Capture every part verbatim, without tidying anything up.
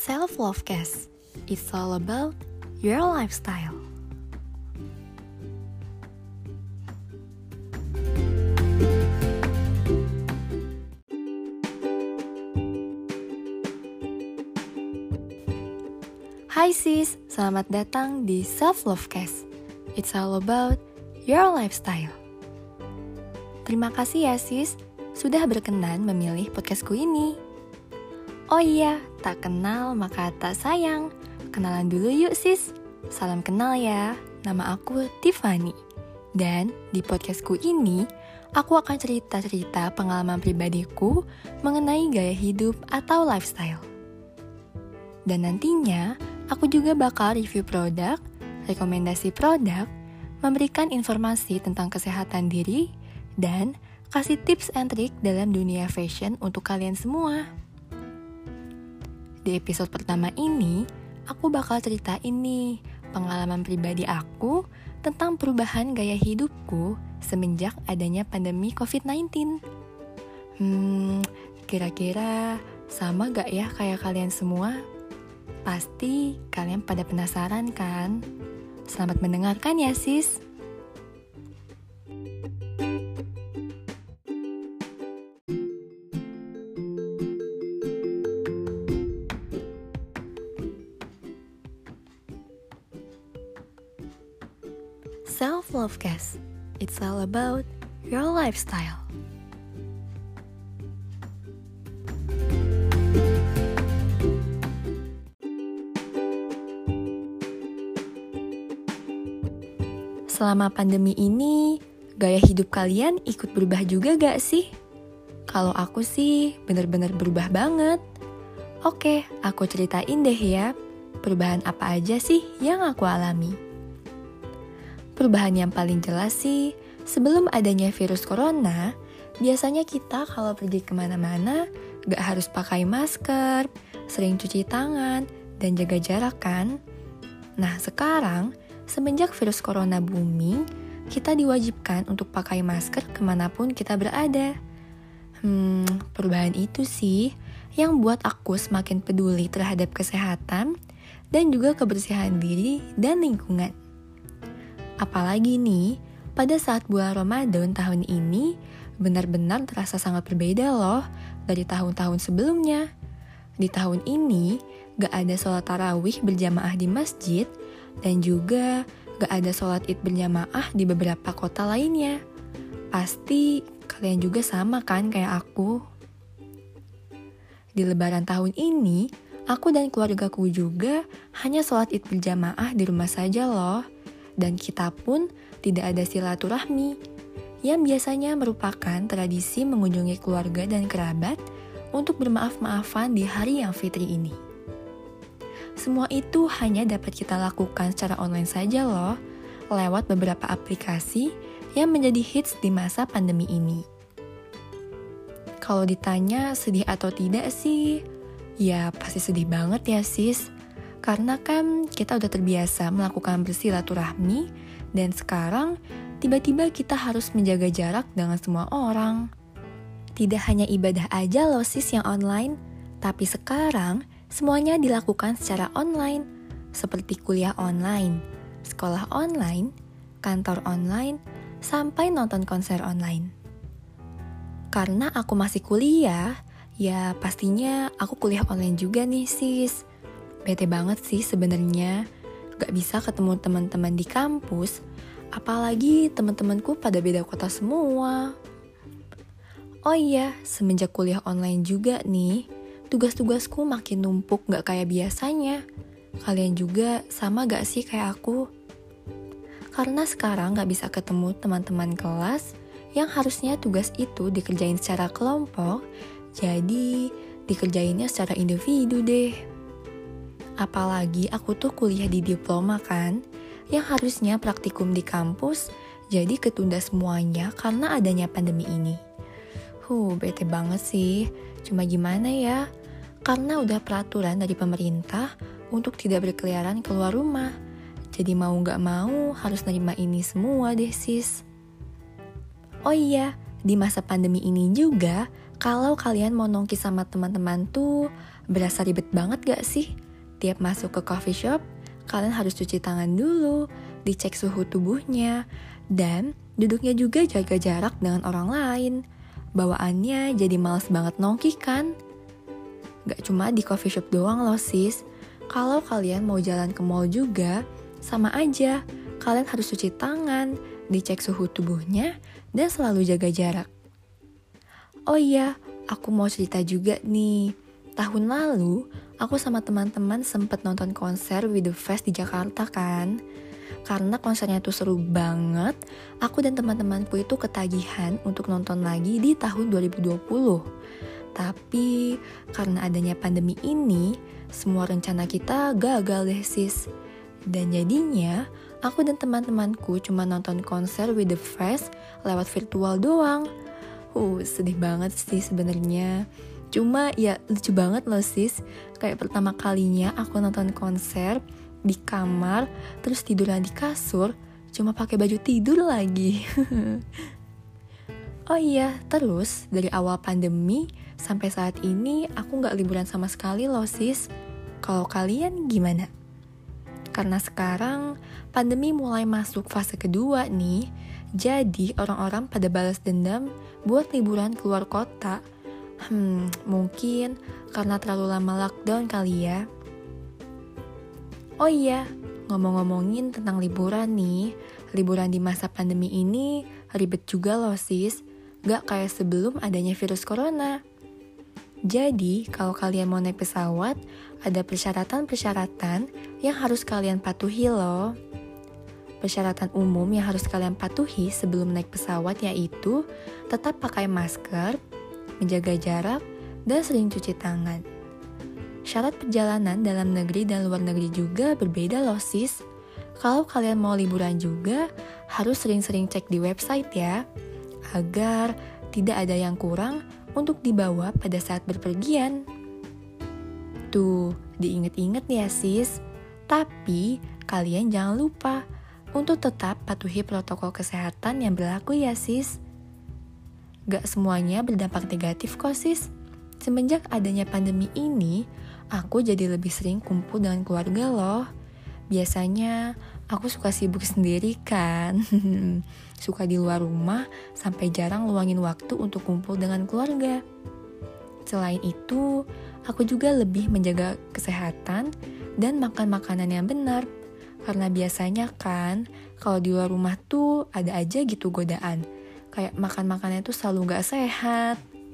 Self-Love Cast. It's all about your lifestyle. Hai sis, selamat datang di Self-Love Cast. It's all about your lifestyle. Terima kasih ya sis, sudah berkenan memilih podcastku ini. Oh iya, tak kenal maka tak sayang. Kenalan dulu yuk sis. Salam kenal ya, nama aku Tiffany. Dan di podcastku ini, aku akan cerita-cerita pengalaman pribadiku mengenai gaya hidup atau lifestyle. Dan nantinya, aku juga bakal review produk, rekomendasi produk, memberikan informasi tentang kesehatan diri, dan kasih tips and trik dalam dunia fashion untuk kalian semua. Di episode pertama ini, aku bakal ceritain nih pengalaman pribadi aku tentang perubahan gaya hidupku semenjak adanya pandemi covid sembilan belas. Hmm, kira-kira sama gak ya kayak kalian semua? Pasti kalian pada penasaran kan? Selamat mendengarkan ya sis! Self-Love Cast. It's all about your lifestyle. Selama pandemi ini, gaya hidup kalian ikut berubah juga gak sih? Kalau aku sih bener-bener berubah banget. Oke, aku ceritain deh ya, perubahan apa aja sih yang aku alami. Perubahan yang paling jelas sih, sebelum adanya virus corona, biasanya kita kalau pergi kemana-mana gak harus pakai masker, sering cuci tangan, dan jaga jarak kan? Nah sekarang, semenjak virus corona booming, kita diwajibkan untuk pakai masker kemanapun kita berada. Hmm, perubahan itu sih yang buat aku semakin peduli terhadap kesehatan dan juga kebersihan diri dan lingkungan. Apalagi nih, pada saat bulan Ramadan tahun ini, benar-benar terasa sangat berbeda loh dari tahun-tahun sebelumnya. Di tahun ini, gak ada sholat tarawih berjamaah di masjid, dan juga gak ada sholat id berjamaah di beberapa kota lainnya. Pasti kalian juga sama kan kayak aku. Di lebaran tahun ini, aku dan keluargaku juga hanya sholat id berjamaah di rumah saja loh. Dan kita pun tidak ada silaturahmi, yang biasanya merupakan tradisi mengunjungi keluarga dan kerabat untuk bermaaf-maafan di hari yang fitri ini. Semua itu hanya dapat kita lakukan secara online saja loh, lewat beberapa aplikasi yang menjadi hits di masa pandemi ini. Kalau ditanya sedih atau tidak sih, ya pasti sedih banget ya sis. Karena kan kita udah terbiasa melakukan bersilaturahmi dan sekarang tiba-tiba kita harus menjaga jarak dengan semua orang. Tidak hanya ibadah aja loh sis yang online, tapi sekarang semuanya dilakukan secara online, seperti kuliah online, sekolah online, kantor online, sampai nonton konser online. Karena aku masih kuliah, ya pastinya aku kuliah online juga nih sis. Bete banget sih sebenarnya, gak bisa ketemu teman-teman di kampus, apalagi teman-temanku pada beda kota semua. Oh iya, semenjak kuliah online juga nih, tugas-tugasku makin numpuk gak kayak biasanya. Kalian juga sama gak sih kayak aku? Karena sekarang gak bisa ketemu teman-teman kelas, yang harusnya tugas itu dikerjain secara kelompok, jadi dikerjainnya secara individu deh. Apalagi aku tuh kuliah di diploma kan, yang harusnya praktikum di kampus, jadi ketunda semuanya karena adanya pandemi ini. Huh, bete banget sih. Cuma gimana ya? Karena udah peraturan dari pemerintah untuk tidak berkeliaran keluar rumah. Jadi mau gak mau harus nerima ini semua deh sis. Oh iya, di masa pandemi ini juga, kalau kalian mau nongki sama teman-teman tuh Berasa ribet banget gak sih? Tiap masuk ke coffee shop, kalian harus cuci tangan dulu, dicek suhu tubuhnya, dan duduknya juga jaga jarak dengan orang lain. Bawaannya jadi males banget nongki kan? Gak cuma di coffee shop doang loh sis. Kalau kalian mau jalan ke mall juga, sama aja. Kalian harus cuci tangan, dicek suhu tubuhnya, dan selalu jaga jarak. Oh iya, aku mau cerita juga nih. Tahun lalu, aku sama teman-teman sempet nonton konser With The Fest di Jakarta kan. Karena konsernya tuh seru banget, aku dan teman-temanku itu ketagihan untuk nonton lagi di tahun dua ribu dua puluh. Tapi karena adanya pandemi ini, semua rencana kita gagal deh sis. Dan jadinya, aku dan teman-temanku cuma nonton konser With The Fest lewat virtual doang. Uh, sedih banget sih sebenarnya. Cuma ya lucu banget loh sis. Kayak pertama kalinya aku nonton konser di kamar, terus tiduran di kasur, cuma pakai baju tidur lagi. Oh iya, terus dari awal pandemi sampai saat ini aku gak liburan sama sekali loh sis. Kalau kalian gimana? Karena sekarang pandemi mulai masuk fase kedua nih, jadi orang-orang pada balas dendam buat liburan keluar kota. Hmm, mungkin karena terlalu lama lockdown kali ya. Oh iya, ngomong-ngomongin tentang liburan nih, liburan di masa pandemi ini ribet juga loh sis, gak kayak sebelum adanya virus corona. Jadi, kalau kalian mau naik pesawat, ada persyaratan-persyaratan yang harus kalian patuhi loh. Persyaratan umum yang harus kalian patuhi sebelum naik pesawat yaitu tetap pakai masker, menjaga jarak, dan sering cuci tangan. Syarat perjalanan dalam negeri dan luar negeri juga berbeda loh sis. Kalau kalian mau liburan juga, harus sering-sering cek di website ya, agar tidak ada yang kurang untuk dibawa pada saat berpergian. Tuh, diinget-inget ya sis. Tapi, kalian jangan lupa untuk tetap patuhi protokol kesehatan yang berlaku ya sis. Gak semuanya berdampak negatif kok sis. Semenjak adanya pandemi ini, aku jadi lebih sering kumpul dengan keluarga loh. Biasanya aku suka sibuk sendiri kan. Suka di luar rumah sampai jarang luangin waktu untuk kumpul dengan keluarga. Selain itu, aku juga lebih menjaga kesehatan dan makan makanan yang benar. Karena biasanya kan, kalau di luar rumah tuh ada aja gitu godaan. Kayak makan makanannya tuh selalu gak sehat.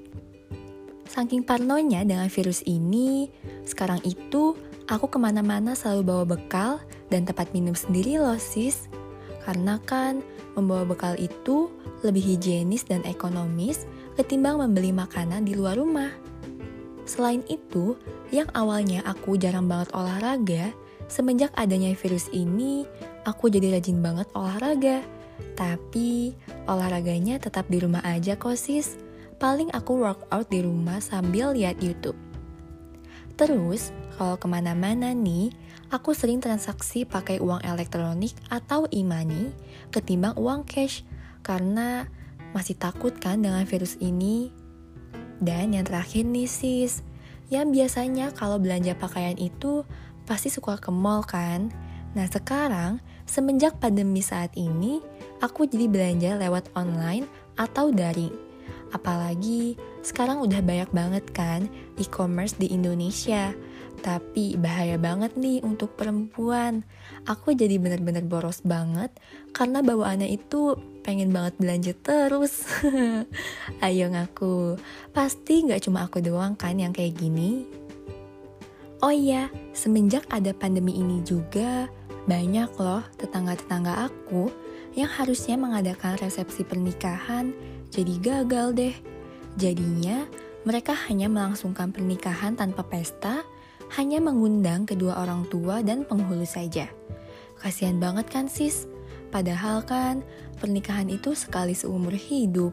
Saking parnonya dengan virus ini, sekarang itu aku kemana-mana selalu bawa bekal dan tempat minum sendiri loh sis. Karena kan membawa bekal itu lebih higienis dan ekonomis ketimbang membeli makanan di luar rumah. Selain itu, yang awalnya aku jarang banget olahraga, semenjak adanya virus ini, aku jadi rajin banget olahraga. Tapi olahraganya tetap di rumah aja kok sis. Paling aku workout di rumah sambil lihat YouTube. Terus, kalau kemana-mana nih, aku sering transaksi pakai uang elektronik atau e-money ketimbang uang cash. Karena masih takut kan dengan virus ini. Dan yang terakhir nih sis, yang biasanya kalau belanja pakaian itu pasti suka ke mall kan. Nah sekarang, semenjak pandemi saat ini, aku jadi belanja lewat online atau daring. Apalagi sekarang udah banyak banget kan e-commerce di Indonesia. Tapi bahaya banget nih untuk perempuan. Aku jadi bener-bener boros banget karena bawaannya itu pengen banget belanja terus. Ayo ngaku, pasti gak cuma aku doang kan yang kayak gini. Oh iya, semenjak ada pandemi ini juga, banyak loh tetangga-tetangga aku yang harusnya mengadakan resepsi pernikahan jadi gagal deh. Jadinya mereka hanya melangsungkan pernikahan tanpa pesta, hanya mengundang kedua orang tua dan penghulu saja. Kasian banget kan sis? Padahal kan pernikahan itu sekali seumur hidup.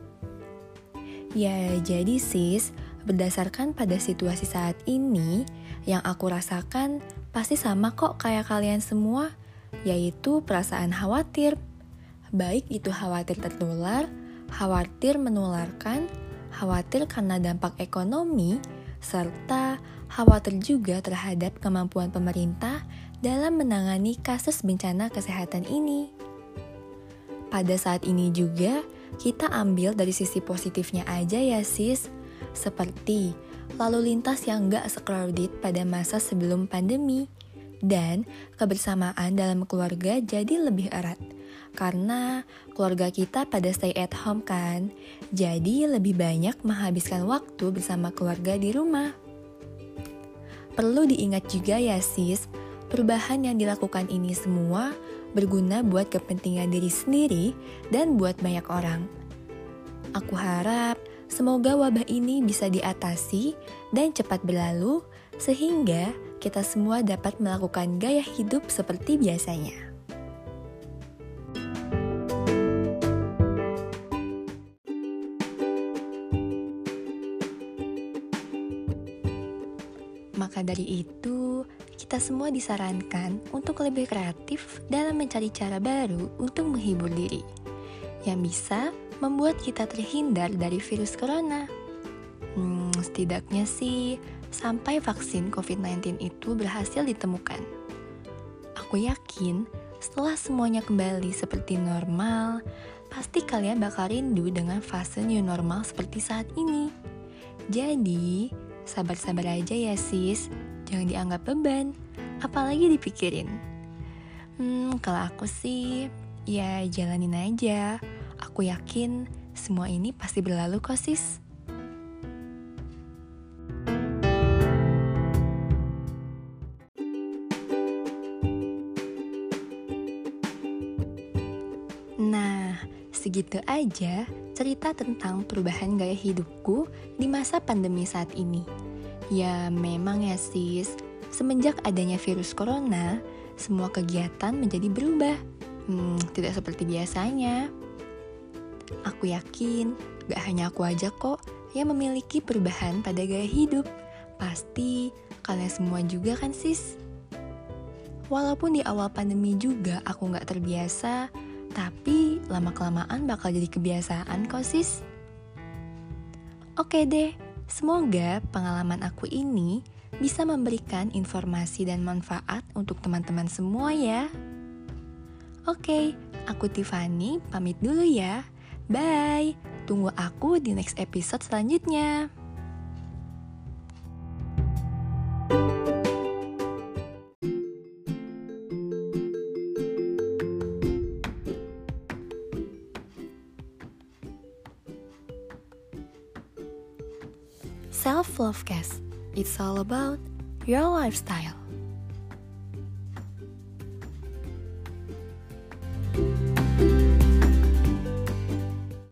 Ya jadi sis, berdasarkan pada situasi saat ini, yang aku rasakan pasti sama kok kayak kalian semua, yaitu perasaan khawatir. Baik itu khawatir tertular, khawatir menularkan, khawatir karena dampak ekonomi, serta khawatir juga terhadap kemampuan pemerintah dalam menangani kasus bencana kesehatan ini. Pada saat ini juga, kita ambil dari sisi positifnya aja ya sis, seperti lalu lintas yang gak se-crowded pada masa sebelum pandemi, dan kebersamaan dalam keluarga jadi lebih erat. Karena keluarga kita pada stay at home kan, jadi lebih banyak menghabiskan waktu bersama keluarga di rumah. Perlu diingat juga ya sis, perubahan yang dilakukan ini semua berguna buat kepentingan diri sendiri dan buat banyak orang. Aku harap semoga wabah ini bisa diatasi dan cepat berlalu sehingga kita semua dapat melakukan gaya hidup seperti biasanya. Maka dari itu, kita semua disarankan untuk lebih kreatif dalam mencari cara baru untuk menghibur diri, yang bisa membuat kita terhindar dari virus corona. Hmm, setidaknya sih, sampai vaksin covid sembilan belas itu berhasil ditemukan. Aku yakin, setelah semuanya kembali seperti normal, pasti kalian bakal rindu dengan fase new normal seperti saat ini. Jadi, sabar-sabar aja ya sis, jangan dianggap beban, apalagi dipikirin. Hmm, kalau aku sih, ya jalanin aja. Aku yakin semua ini pasti berlalu kok sis. Nah, segitu aja cerita tentang perubahan gaya hidupku di masa pandemi saat ini. Ya memang ya sis, semenjak adanya virus corona, semua kegiatan menjadi berubah. Hmm, tidak seperti biasanya. Aku yakin gak hanya aku aja kok yang memiliki perubahan pada gaya hidup. Pasti kalian semua juga kan sis? Walaupun di awal pandemi juga aku gak terbiasa, tapi lama-kelamaan bakal jadi kebiasaan kok sis. Oke deh, semoga pengalaman aku ini bisa memberikan informasi dan manfaat untuk teman-teman semua ya. Oke, aku Tiffany pamit dulu ya. Bye, tunggu aku di next episode selanjutnya. Self-Love Cast, it's all about your lifestyle.